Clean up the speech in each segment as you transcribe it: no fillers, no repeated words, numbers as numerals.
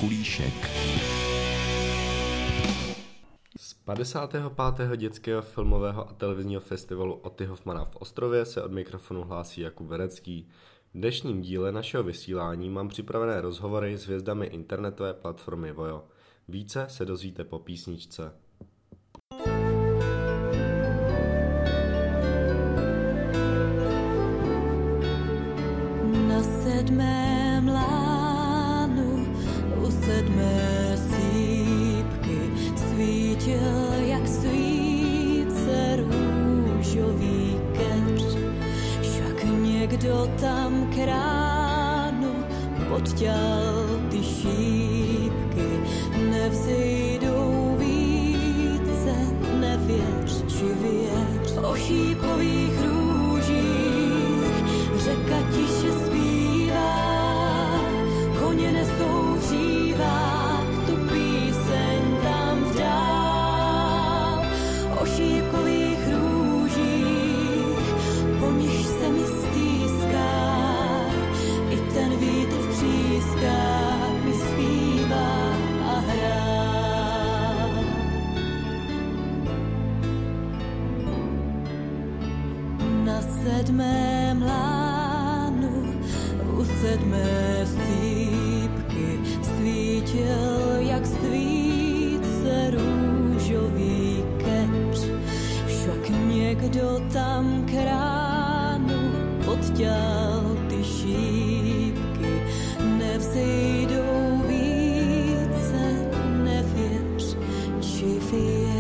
Kulíšek. Z 55. dětského filmového a televizního festivalu Otty Hoffmana v Ostrově se od mikrofonu hlásí Jakub Verecký. V dnešním díle našeho vysílání mám připravené rozhovory s hvězdami internetové platformy Vojo. Více se dozvíte po písničce. Na sedmém lánu u sedmé sípky svítil jak svíce růžový keř. Však někdo tam kránu podťal ty šípky, nevzejdou více, nevěř či věř. O šípkových růžích řeka tiše zpívá, koně nesou hřívá, tu píseň tam vdál. O šípkových růžích, po nich se mi stýská, i ten vítr v přízkách mi zpívá a hrá. Na sedmém lánu u sedmé sípky svítil jak svíce růžový keř. Však někdo tam kránu podťal ty šípky, nevzejdou více, nevěř či věř.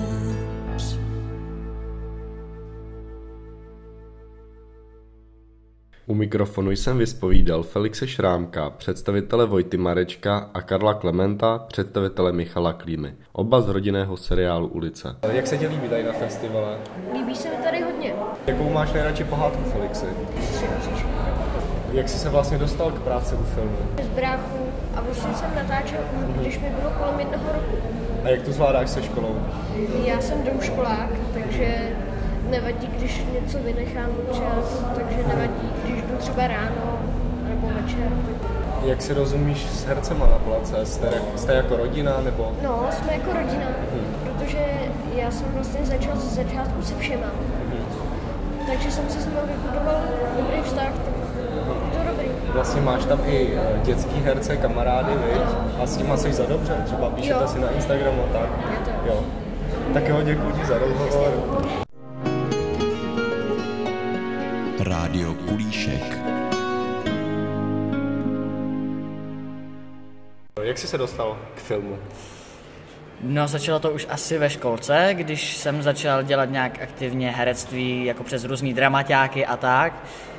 U mikrofonu jsem vyspovídal Felixe Šrámka, představitele Vojty Marečka, a Karla Klementa, představitele Michala Klímy. Oba z rodinného seriálu Ulice. Jak se ti líbí tady na festivale? Líbí se mi tady hodně. Jakou máš nejradši pohádku, Felixi? Jak jsi se vlastně dostal k práci u filmu? Z bráchu a vlastně jsem natáčel, když mi bylo kolem 1 roku. A jak to zvládáš se školou? Já jsem domškolák, takže nevadí, když něco vynechám čas, takže nevadí, když jdu třeba ráno nebo večer. Jak si rozumíš s hercema na place? Jste jako rodina nebo? No, jsme jako rodina, protože já jsem vlastně začal ze začátku se všema. Takže jsem si s ním vybudoval dobrý vztah, tak je to dobrý. Vlastně máš tam i dětský herce, kamarády, viď? A s nima jsi za dobře? Třeba píšete si na Instagramu a tak? Je to. Jo. Tak jo, děkuji ti za rozhovor. Rádio Kulíšek. Jak jsi se dostal k filmu? No, začalo to už asi ve školce, když jsem začal dělat nějak aktivně herectví, jako přes různý dramaťáky a tak.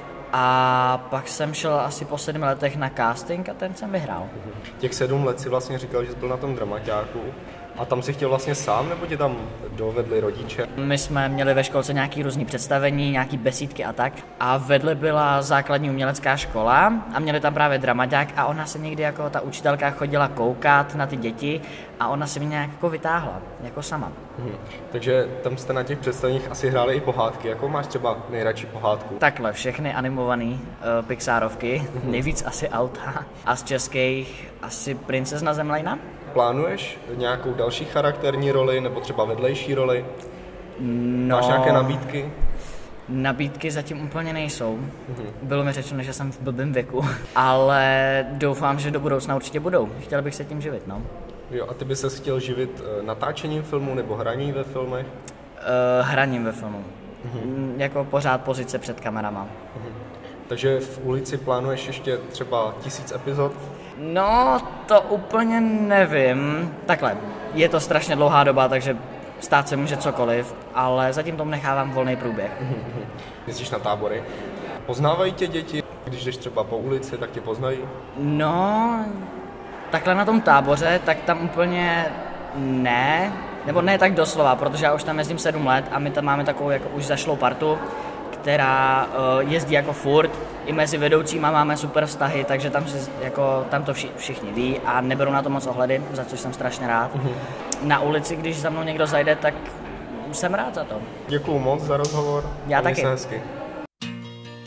A pak jsem šel asi po 7 letech na casting a ten jsem vyhrál. Těch 7 let si vlastně říkal, že jsi byl na tom dramaťáku. A tam si chtěl vlastně sám, nebo tě tam dovedli rodiče? My jsme měli ve školce nějaký různý představení, nějaký besídky a tak. A vedle byla základní umělecká škola a měli tam právě dramaťák a ona se někdy jako ta učitelka chodila koukat na ty děti a ona se mě nějak jako vytáhla, jako sama. Takže tam jste na těch představeních asi hráli i pohádky. Jakou máš třeba nejradši pohádku? Takhle, všechny animované Pixarovky, nejvíc asi Auta a z českých asi Princezna Zemlejna. Plánuješ nějakou další charakterní roli nebo třeba vedlejší roli? No, máš nějaké nabídky? Nabídky zatím úplně nejsou. Bylo mi řečeno, že jsem v blbém věku, ale doufám, že do budoucna určitě budou. Chtěl bych se tím živit, no. Jo, a ty bys se chtěl živit natáčením filmu nebo hraní ve filmech? Hraním ve filmu. Jako pořád pozice před kamerama. Takže v Ulici plánuješ ještě třeba 1000 epizod? No, to úplně nevím. Takhle, je to strašně dlouhá doba, takže stát se může cokoliv, ale zatím tomu nechávám volný průběh. Jezdíš na tábory. Poznávají tě děti? Když jdeš třeba po ulici, tak tě poznají? No, takhle na tom táboře, tak tam úplně ne, nebo ne tak doslova, protože já už tam jezdím 7 let a my tam máme takovou jako už zašlou partu, která jezdí jako furt. I mezi vedoucíma máme super vztahy, takže tam to všichni ví a neberou na to moc ohledy, za což jsem strašně rád. Na ulici, když za mnou někdo zajde, tak jsem rád za to. Děkuju moc za rozhovor. Já taky. Se hezky.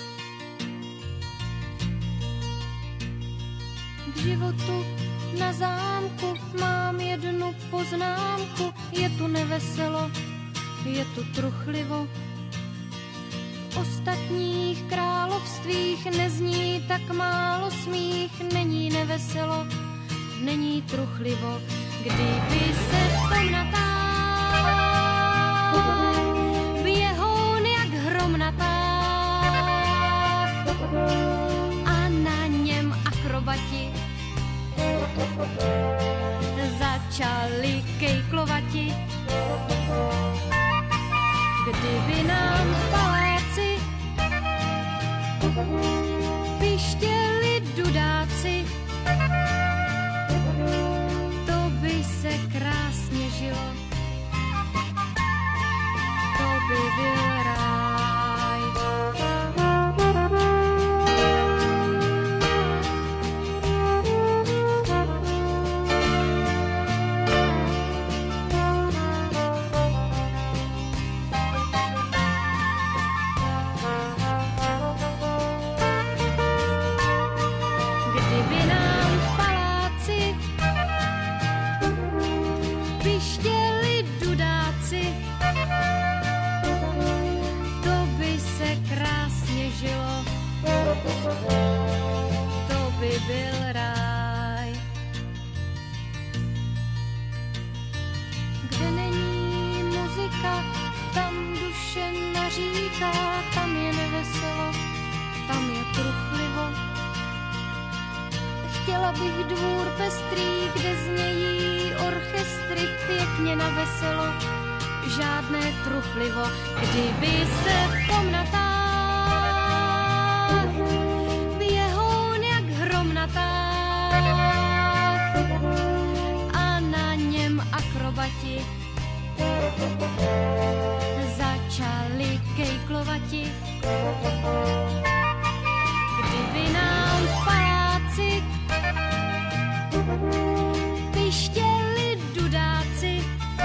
K životu na závěr poznámku, je tu neveselo, je tu truchlivo. V ostatních královstvích nezní tak málo smích, není neveselo, není truchlivo, kdyby se tam natáhl běhoun jak hrom natáhl a na něm akrobati začali kejklovati. Kdyby nám v paláci pištěli dudáci, to by se krásně žilo, to by byl ráj. Kdyby nám v paláci pištěli dudáci, to by se krásně žilo, to by byl ráj. Kde není muzika, tam duše naříká, tam je neveselo, tam je truchlivo. Chtěla bych dvůr pestrý, kde znějí orchestry pěkně na veselo, žádné truchlivo, kdyby se v tom natáhl běhoun jak hrom natáhl a na něm akrobati začali kejklovati. Kdyby nám v paláci pištěli dudáci,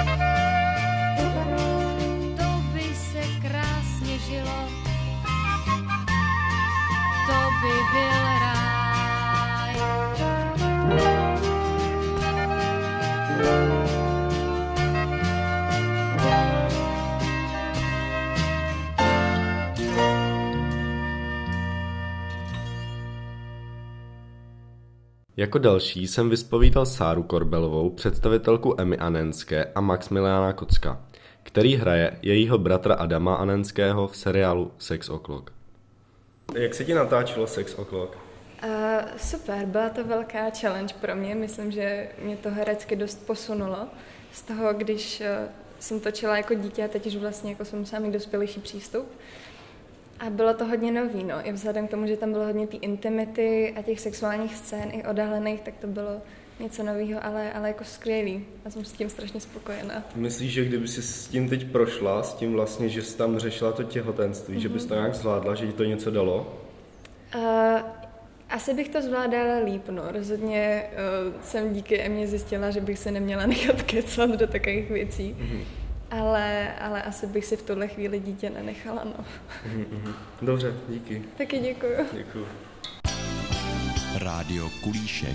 to by se krásně žilo, to by byl ráj. Jako další jsem vyspovídal Sáru Korbelovou, představitelku Emmy Anenské a Maxmiliána Kocka, který hraje jejího bratra Adama Anenského v seriálu Sex O'Clock. Jak se ti natáčelo Sex O'Clock? Super, byla to velká challenge pro mě, myslím, že mě to herecky dost posunulo. Z toho, když jsem točila jako dítě a teď už vlastně jako jsem musela mít dospělejší přístup. A bylo to hodně nový, no. I vzhledem k tomu, že tam bylo hodně té intimity a těch sexuálních scén i odhalených, tak to bylo něco nového, ale jako skvělý. Já jsem s tím strašně spokojená. Myslíš, že kdyby jsi s tím teď prošla, s tím vlastně, že jsi tam řešila to těhotenství, že bys to nějak zvládla, že ti to něco dalo? Asi bych to zvládala líp, no. Rozhodně jsem díky Emě zjistila, že bych se neměla nechat kecat do takových věcí. Ale asi bych si v tuhle chvíli dítě nenechala, no. Dobře, díky. Taky děkuju. Děkuju. Rádio Kulíšek.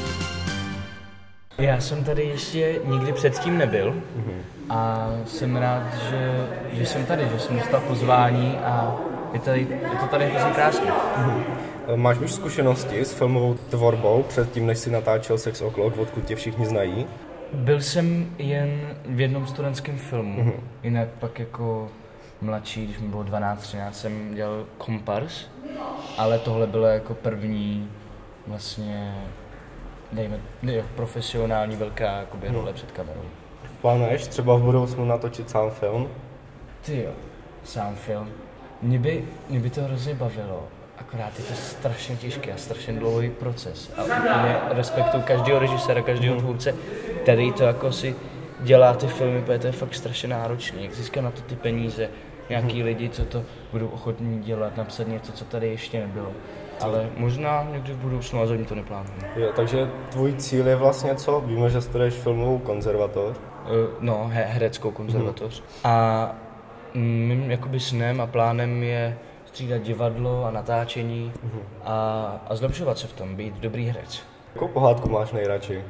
Já jsem tady ještě nikdy předtím nebyl a jsem rád, že jsem tady, že jsem dostal pozvání a je to tady hrozně krásné. Máš už zkušenosti s filmovou tvorbou předtím, než jsi natáčel Sex O'Clock, odkud tě všichni znají? Byl jsem jen v jednom studentském filmu, jinak pak jako mladší, když mi bylo 12-13, jsem dělal kompars, ale tohle bylo jako první vlastně, profesionální velká jakoby, role před kamerou. Plánuješ třeba v budoucnu natočit sám film? Ty jo, sám film. Mě by to hrozně bavilo, akorát je to strašně těžký a strašně dlouhý proces. A úplně respektuju každého režiséra, každého tvůrce, který to jako si dělá ty filmy, protože to je fakt strašně náročný. Jak získat na to ty peníze, nějaký lidi, co to budou ochotní dělat, napsat něco, co tady ještě nebylo. Ale možná někdy v budoucnu, ale zatím to neplánuji. Jo, takže tvůj cíl je vlastně co? Víme, že studuješ filmovou konzervatoř. No, hereckou konzervatoř. A mým jakoby snem a plánem je střídat divadlo a natáčení a zlepšovat se v tom, být dobrý herec. Jakou pohádku máš nejradši?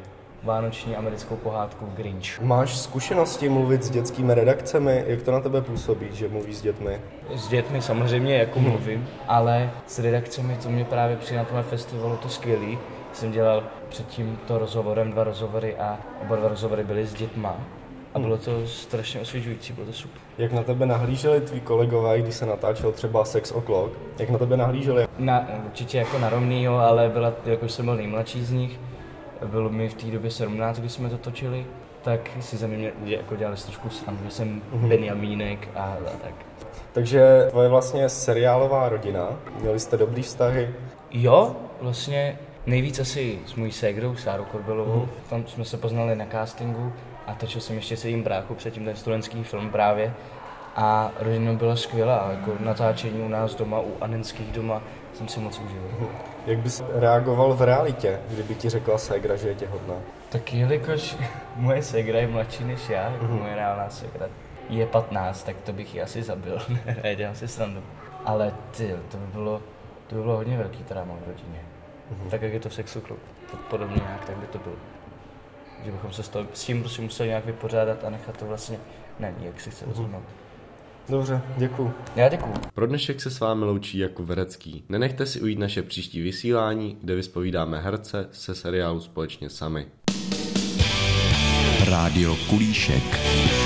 vánoční americkou pohádku Grinch. Máš zkušenosti mluvit s dětskými redakcemi? Jak to na tebe působí, že mluvíš s dětmi? S dětmi samozřejmě jako mluvím, ale s redakcemi to mě právě při na tomhle festivalu to skvělý. Jsem dělal předtím to rozhovorem 2 rozhovory a oba 2 rozhovory byly s dětma. A bylo to strašně osvěžující, bylo to super. Jak na tebe nahlíželi tví kolegové, když se natáčel třeba Sex O'Clock? Jak na tebe nahlíželi? Určitě jako na rovnýho, ale jakož jsem byl nejmladší z nich. Bylo mi v té době 17, když jsme to točili, tak si za mě jako dělali trošku srandu, že jsem Benjamínek a tak. Takže tvoje vlastně seriálová rodina, měli jste dobrý vztahy? Jo, vlastně nejvíc asi s mojí ségrou, Sárou Korbelovou. Tam jsme se poznali na castingu a točil jsem ještě se jím bráchu předtím ten studentský film právě. A rodina byla skvělá, jako natáčení u nás doma, u Anenských doma jsem si moc užil. Jak bys reagoval v realitě, kdyby ti řekla ségra, že je těhotná? Tak jelikož moje ségra je mladší než já, jako moje reálná ségra je 15, tak to bych ji asi zabil, dělám si srandu. Ale to by bylo hodně velký tráma v rodině. Tak jak je to v Sexu Club, podobně nějak, tak by to bylo. Že bychom se s tím prostě museli nějak vypořádat a nechat to vlastně na ní, jak si chce rozhodnout. Dobře, děkuju. Já děkuju. Pro dnešek se s vámi loučí Jakub Verecký. Nenechte si ujít naše příští vysílání, kde vyspovídáme herce se seriálu Společně sami. Rádio Kulíšek.